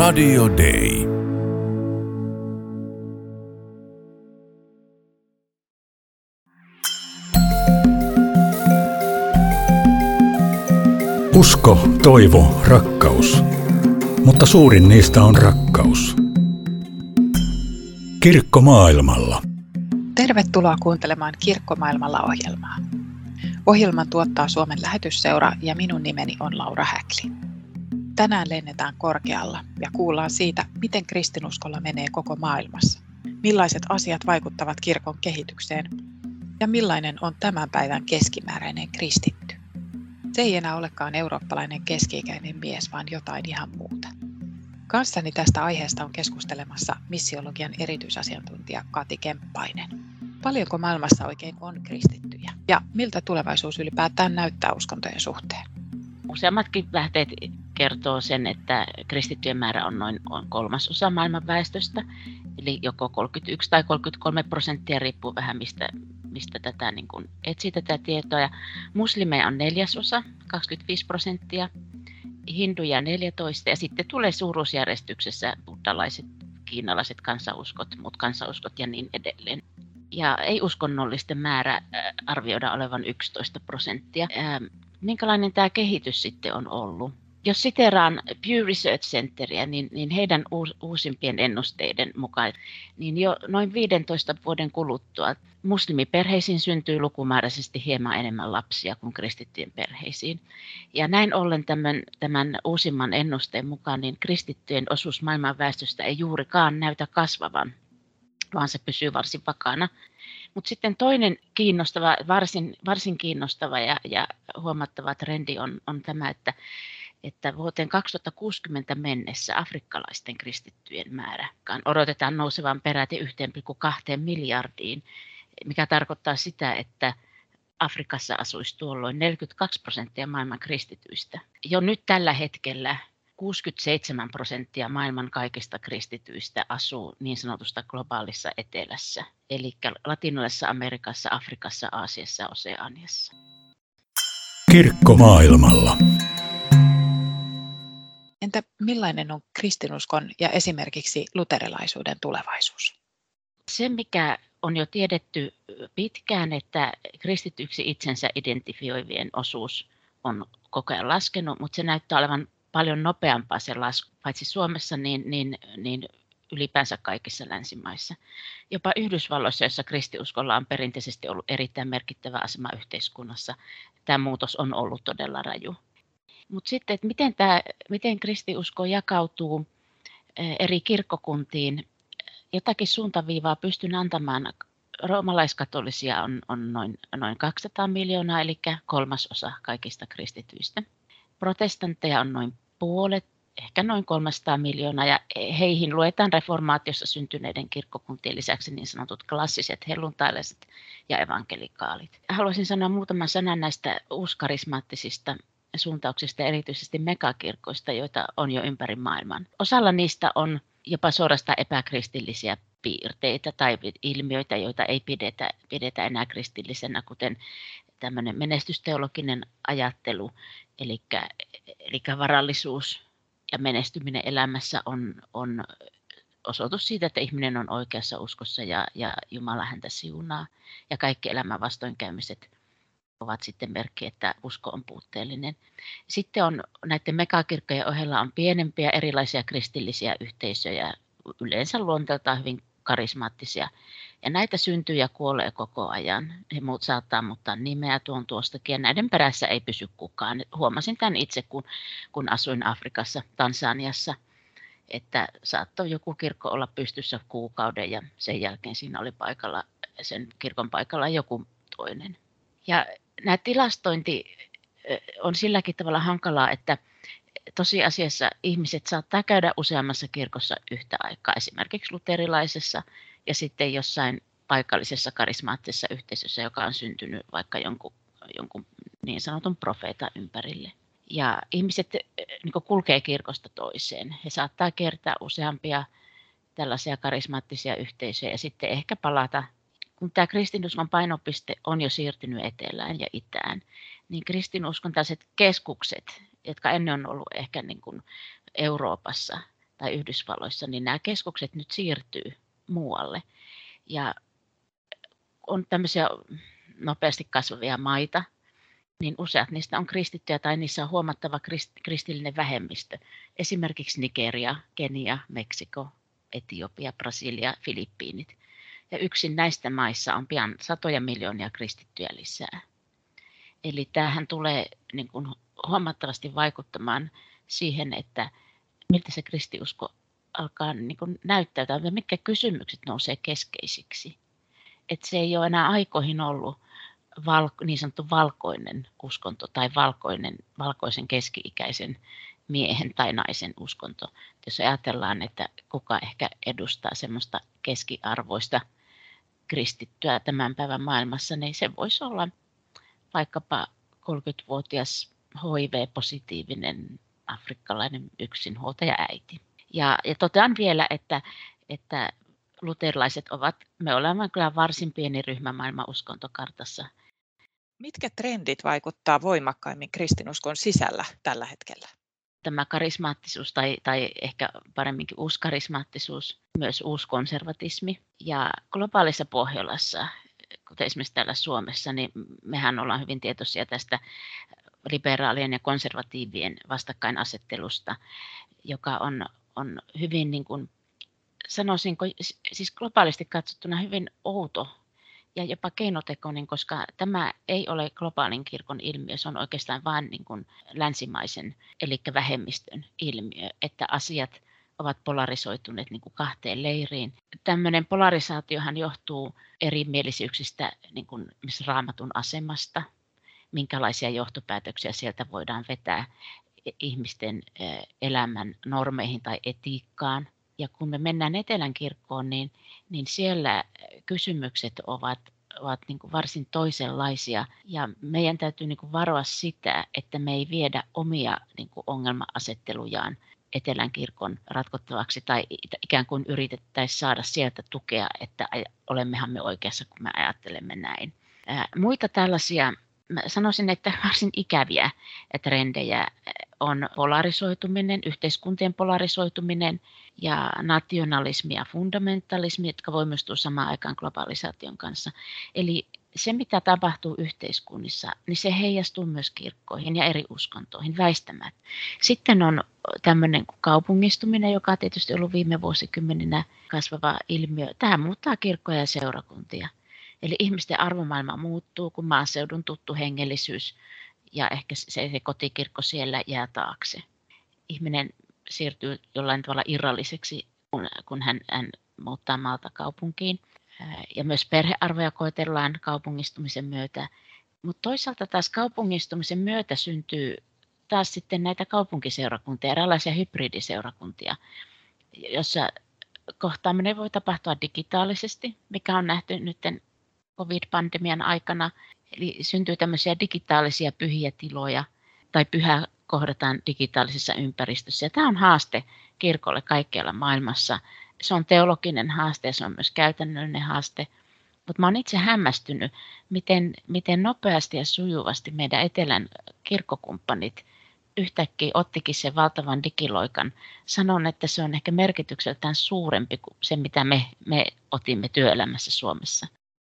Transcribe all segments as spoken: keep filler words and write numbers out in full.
Radio Day. Usko, toivo, rakkaus. Mutta suurin niistä on rakkaus. Kirkko maailmalla. Tervetuloa kuuntelemaan Kirkko maailmalla -ohjelmaa. Ohjelman tuottaa Suomen Lähetysseura ja minun nimeni on Laura Häkli. Tänään lennetään korkealla ja kuullaan siitä, miten kristinuskolla menee koko maailmassa. Millaiset asiat vaikuttavat kirkon kehitykseen ja millainen on tämän päivän keskimääräinen kristitty. Se ei enää olekaan eurooppalainen keski-ikäinen mies, vaan jotain ihan muuta. Kanssani tästä aiheesta on keskustelemassa missiologian erityisasiantuntija Kati Kemppainen. Paljonko maailmassa oikein on kristittyjä ja miltä tulevaisuus ylipäätään näyttää uskontojen suhteen? Useammatkin lähteet kertoo sen, että kristittyjen määrä on noin kolmasosa maailman väestöstä, eli joko kolmekymmentäyksi tai kolmekymmentäkolme prosenttia, riippuu vähän mistä, mistä tätä niin kuin etsii tätä tietoa. Ja muslimeja on neljäsosa, kaksikymmentäviisi prosenttia, hinduja neljätoista ja sitten tulee suuruusjärjestyksessä buddhalaiset, kiinalaiset kansauskot, muut kansauskot ja niin edelleen. Ja ei-uskonnollisten määrä arvioidaan olevan yksitoista prosenttia. Minkälainen tämä kehitys sitten on ollut? Jos siteraan Pew Research Centeria, niin, niin heidän uusimpien ennusteiden mukaan, niin jo noin viidentoista vuoden kuluttua muslimiperheisiin syntyy lukumääräisesti hieman enemmän lapsia kuin kristittyjen perheisiin. Ja näin ollen tämän, tämän uusimman ennusteen mukaan niin kristittyjen osuus maailman väestöstä ei juurikaan näytä kasvavan, vaan se pysyy varsin vakaana. Mutta sitten toinen kiinnostava, varsin, varsin kiinnostava ja, ja huomattava trendi on, on tämä, että, että vuoteen kaksituhattakuusikymmentä mennessä afrikkalaisten kristittyjen määrä odotetaan nousevan peräti yksi pilkku kaksi miljardiin, mikä tarkoittaa sitä, että Afrikassa asuisi tuolloin neljäkymmentäkaksi prosenttia maailman kristityistä. Jo nyt tällä hetkellä kuusikymmentäseitsemän prosenttia maailman kaikista kristityistä asuu niin sanotusta globaalissa etelässä, eli Latinalaisessa Amerikassa, Afrikassa, Aasiassa ja Oseaniassa. Kirkko maailmalla. Entä millainen on kristinuskon ja esimerkiksi luterilaisuuden tulevaisuus? Se, mikä on jo tiedetty pitkään, että kristityksi itsensä identifioivien osuus on koko ajan laskenut, mutta se näyttää olevan paljon nopeampaa se lasku, paitsi Suomessa, niin, niin, niin ylipäänsä kaikissa länsimaissa. Jopa Yhdysvalloissa, jossa kristiuskolla on perinteisesti ollut erittäin merkittävä asema yhteiskunnassa, tämä muutos on ollut todella raju. Mutta sitten, että miten, tämä, miten kristiusko jakautuu eri kirkkokuntiin, jotakin suuntaviivaa pystyn antamaan. Roomalaiskatolisia on, on noin, noin kaksisataa miljoonaa, eli kolmasosa kaikista kristityistä. Protestantteja on noin puolet, ehkä noin kolmesataa miljoonaa, ja heihin luetaan reformaatiossa syntyneiden kirkkokuntien lisäksi niin sanotut klassiset helluntailaiset ja evankelikaalit. Haluaisin sanoa muutaman sanan näistä uuskarismaattisista suuntauksista, erityisesti megakirkoista, joita on jo ympäri maailman. Osalla niistä on jopa suorastaan epäkristillisiä piirteitä tai ilmiöitä, joita ei pidetä, pidetä enää kristillisenä, kuten tämmöinen menestysteologinen ajattelu, eli, eli varallisuus ja menestyminen elämässä on, on osoitus siitä, että ihminen on oikeassa uskossa ja, ja Jumala häntä siunaa. Ja kaikki elämän vastoinkäymiset ovat sitten merkki, että usko on puutteellinen. Sitten on näiden megakirkkojen ohella on pienempiä erilaisia kristillisiä yhteisöjä, yleensä luonteeltaan hyvin karismaattisia. Ja näitä syntyy ja kuolee koko ajan. He muut saattaa muuttaa nimeä tuon tuostakin ja näiden perässä ei pysy kukaan. Huomasin tämän itse, kun, kun asuin Afrikassa, Tansaniassa, että saattoi joku kirkko olla pystyssä kuukauden ja sen jälkeen siinä oli paikalla, sen kirkon paikalla joku toinen. Ja nämä tilastointi on silläkin tavalla hankalaa, että tosiasiassa ihmiset saattaa käydä useammassa kirkossa yhtä aikaa, esimerkiksi luterilaisessa ja sitten jossain paikallisessa karismaattisessa yhteisössä, joka on syntynyt vaikka jonkun, jonkun niin sanotun profeetan ympärille. Ja ihmiset niin kuin kulkee kirkosta toiseen. He saattaa kiertää useampia tällaisia karismaattisia yhteisöjä ja sitten ehkä palata. Kun tämä kristinuskon painopiste on jo siirtynyt etelään ja itään, niin kristinuskon tällaiset keskukset, jotka ennen on ollut ehkä niin kuin Euroopassa tai Yhdysvalloissa, niin nämä keskukset nyt siirtyy muualle. Ja on tämmöisiä nopeasti kasvavia maita, niin useat niistä on kristittyjä tai niissä on huomattava kristillinen vähemmistö. Esimerkiksi Nigeria, Kenia, Meksiko, Etiopia, Brasilia, Filippiinit. Ja yksin näistä maissa on pian satoja miljoonia kristittyjä lisää. Eli tämähän tulee niin kuin huomattavasti vaikuttamaan siihen, että miltä se kristiusko alkaa niin kuin näyttäytyä ja mitkä kysymykset nousee keskeisiksi. Että se ei ole enää aikoihin ollut val, niin sanottu valkoinen uskonto tai valkoinen, valkoisen keski-ikäisen miehen tai naisen uskonto. Jos ajatellaan, että kuka ehkä edustaa semmoista keskiarvoista kristittyä tämän päivän maailmassa, niin se voisi olla vaikkapa kolmekymmentävuotias H I V-positiivinen afrikkalainen yksinhuoltaja äiti. Ja, ja totean vielä, että, että luterilaiset ovat, me olemme kyllä varsin pieni ryhmä maailman uskontokartassa. Mitkä trendit vaikuttaa voimakkaimmin kristinuskon sisällä tällä hetkellä? Tämä karismaattisuus tai, tai ehkä paremminkin uuskarismaattisuus, myös uuskonservatismi. Ja globaalissa Pohjolassa, kuten esimerkiksi täällä Suomessa, niin mehän ollaan hyvin tietoisia tästä liberaalien ja konservatiivien vastakkainasettelusta, joka on, on hyvin, niin kuin, sanoisinko, siis globaalisti katsottuna hyvin outo ja jopa keinotekoinen, koska tämä ei ole globaalin kirkon ilmiö, se on oikeastaan vain niin kuin länsimaisen, eli vähemmistön ilmiö, että asiat ovat polarisoituneet niin kuin kahteen leiriin. Tämmöinen polarisaatiohan johtuu erimielisyyksistä, niin kuin Raamatun asemasta, minkälaisia johtopäätöksiä sieltä voidaan vetää ihmisten elämän normeihin tai etiikkaan. Ja kun me mennään Etelän kirkkoon, niin, niin siellä kysymykset ovat, ovat niin kuin varsin toisenlaisia. Ja meidän täytyy niin kuin varoa sitä, että me ei viedä omia niin kuin ongelma-asettelujaan Etelän kirkon ratkottavaksi tai ikään kuin yritettäisiin saada sieltä tukea, että olemmehan me oikeassa, kun me ajattelemme näin. Ää, muita tällaisia, mä sanoisin, että varsin ikäviä trendejä on polarisoituminen, yhteiskuntien polarisoituminen ja nationalismi ja fundamentalismi, jotka voimistuu samaan aikaan globalisaation kanssa. Eli se, mitä tapahtuu yhteiskunnissa, niin se heijastuu myös kirkkoihin ja eri uskontoihin väistämättä. Sitten on tämmöinen kaupungistuminen, joka on tietysti ollut viime vuosikymmeninä kasvava ilmiö. Tämä muuttaa kirkkoja ja seurakuntia. Eli ihmisten arvomaailma muuttuu, kun maaseudun tuttu hengellisyys ja ehkä se, se kotikirkko siellä jää taakse. Ihminen siirtyy jollain tavalla irralliseksi, kun, kun hän, hän muuttaa maalta kaupunkiin. Ja myös perhearvoja koetellaan kaupungistumisen myötä. Mutta toisaalta taas kaupungistumisen myötä syntyy taas sitten näitä kaupunkiseurakuntia, erilaisia hybridiseurakuntia, jossa kohtaaminen voi tapahtua digitaalisesti, mikä on nähty nyt covid-pandemian aikana. Eli syntyy tämmöisiä digitaalisia pyhiä tiloja tai pyhä kohdataan digitaalisessa ympäristössä. Ja tämä on haaste kirkolle kaikkialla maailmassa. Se on teologinen haaste ja se on myös käytännöllinen haaste. Mutta mä oon itse hämmästynyt, miten, miten nopeasti ja sujuvasti meidän etelän kirkkokumppanit yhtäkkiä ottikin sen valtavan digiloikan. Sanon, että se on ehkä merkitykseltään suurempi kuin se, mitä me, me otimme työelämässä Suomessa.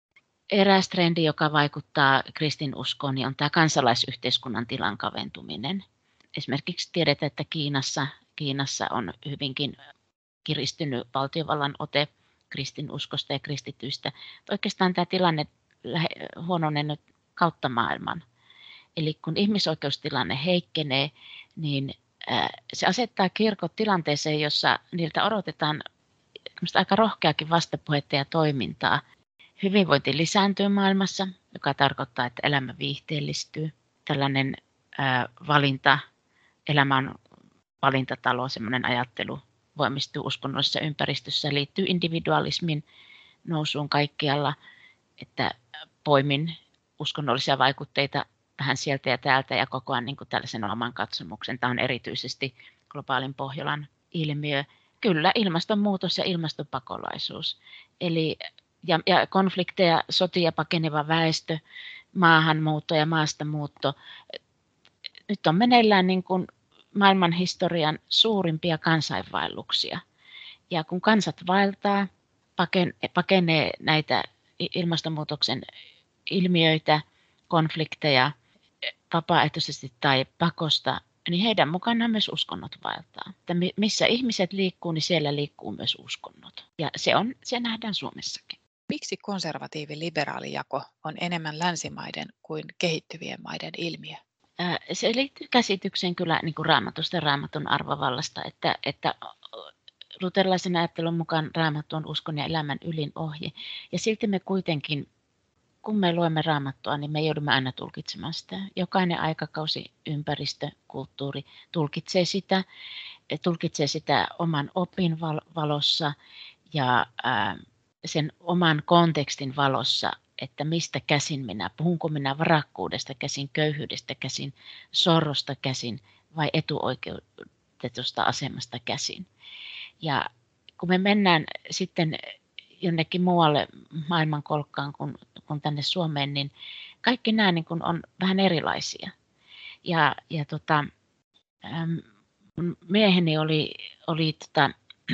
Eräs trendi, joka vaikuttaa kristinuskoon, niin on tämä kansalaisyhteiskunnan tilan kaventuminen. Esimerkiksi tiedetään, että Kiinassa, Kiinassa on hyvinkin kiristynyt valtiovallan ote kristinuskosta ja kristityistä. Oikeastaan tämä tilanne huononee kautta maailman. Eli kun ihmisoikeustilanne heikkenee, niin se asettaa kirkot tilanteeseen, jossa niiltä odotetaan aika rohkeakin vastapuhetta ja toimintaa. Hyvinvointi lisääntyy maailmassa, joka tarkoittaa, että elämä viihteellistyy. Tällainen ää, valinta, elämä on valintatalo, semmoinen ajattelu voimistuu uskonnollisessa ympäristössä, liittyy individualismin nousuun kaikkialla, että poimin uskonnollisia vaikutteita vähän sieltä ja täältä ja kokoan niin kuin tällaisen oman katsomuksen. Tämä on erityisesti globaalin Pohjolan ilmiö. Kyllä, ilmastonmuutos ja ilmastopakolaisuus. Eli Ja, ja konflikteja, sotia pakeneva väestö, maahanmuutto ja maastamuutto. Nyt on meneillään niin kuin maailmanhistorian suurimpia kansainvaelluksia. Ja kun kansat vaeltaa, pakenee näitä ilmastonmuutoksen ilmiöitä, konflikteja vapaaehtoisesti tai pakosta, niin heidän mukanaan myös uskonnot vaeltaa. Että missä ihmiset liikkuu, niin siellä liikkuu myös uskonnot. Ja se, on, se nähdään Suomessakin. Miksi konservatiivi-liberaali jako on enemmän länsimaiden kuin kehittyvien maiden ilmiö? Se liittyy käsitykseen kyllä niin kuin raamatusta ja raamatun arvovallasta, että, että luterilaisen ajattelun mukaan raamattu on uskon ja elämän ylin ohje. Ja silti me kuitenkin, kun me luemme raamattua, niin me joudumme aina tulkitsemaan sitä. Jokainen aikakausi, ympäristö, kulttuuri tulkitsee sitä, tulkitsee sitä oman opin valossa ja ää, sen oman kontekstin valossa, että mistä käsin minä, puhunko minä varakkuudesta käsin, köyhyydestä käsin, sorrosta käsin vai etuoikeutetusta asemasta käsin. Ja kun me mennään sitten jonnekin muualle maailmankolkkaan kuin, kuin tänne Suomeen, niin kaikki nämä niin kuin on vähän erilaisia. Ja, ja tota, mun mieheni oli, oli tota,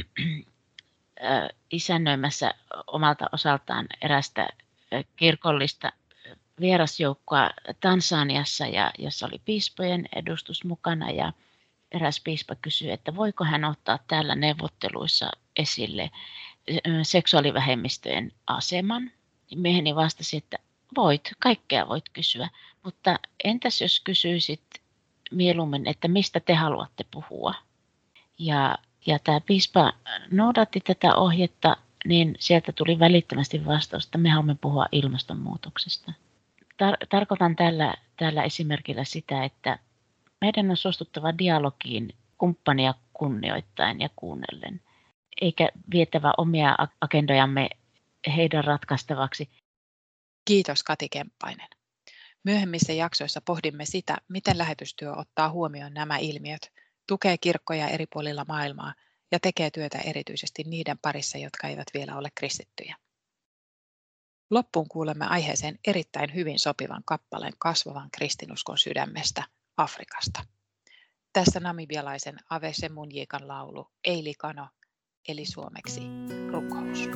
isännöimässä omalta osaltaan erästä kirkollista vierasjoukkoa Tansaniassa, ja, jossa oli piispojen edustus mukana, ja eräs piispa kysyi, että voiko hän ottaa täällä neuvotteluissa esille seksuaalivähemmistöjen aseman. Mieheni vastasi, että voit, kaikkea voit kysyä, mutta entäs jos kysyisit mieluummin, että mistä te haluatte puhua? Ja, ja tämä piispa noudatti tätä ohjetta, niin sieltä tuli välittömästi vastaus, että me haluamme puhua ilmastonmuutoksesta. Tar- tarkoitan tällä, tällä esimerkillä sitä, että meidän on suostuttava dialogiin kumppania kunnioittaen ja kuunnellen, eikä vietävä omia agendojamme heidän ratkaistavaksi. Kiitos Kati Kemppainen. Myöhemmissä jaksoissa pohdimme sitä, miten lähetystyö ottaa huomioon nämä ilmiöt, tukee kirkkoja eri puolilla maailmaa ja tekee työtä erityisesti niiden parissa, jotka eivät vielä ole kristittyjä. Loppuun kuulemme aiheeseen erittäin hyvin sopivan kappaleen kasvavan kristinuskon sydämestä Afrikasta. Tässä namibialaisen Ave Semunjikan laulu Eili Kano, eli suomeksi rukous.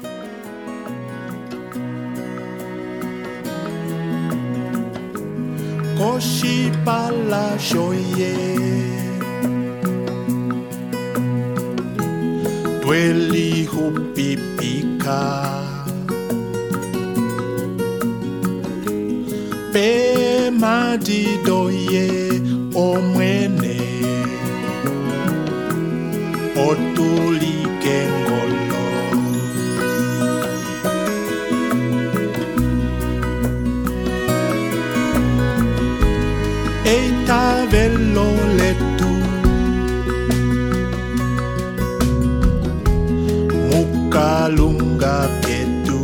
Koshi pala shoye Tweli hupipika Pe madidoye omwene Otulike ngolo Eita velo letu Mukalunga ketu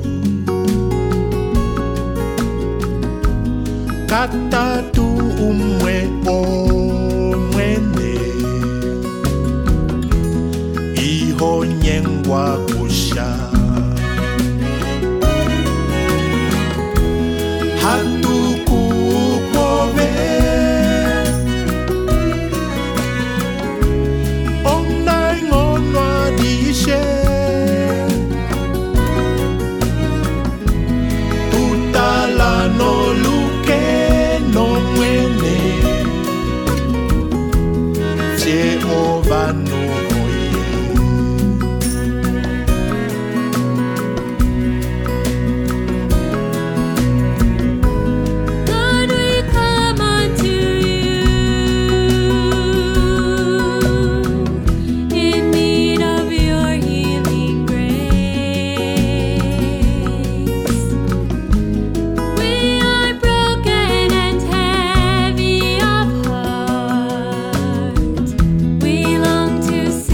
Katatu umwe omwene Iho nyengwa kusha Hatuku pove Onai ngonwa dishe Tutala no luke no mwene Jehovah no To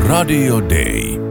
Radio Day.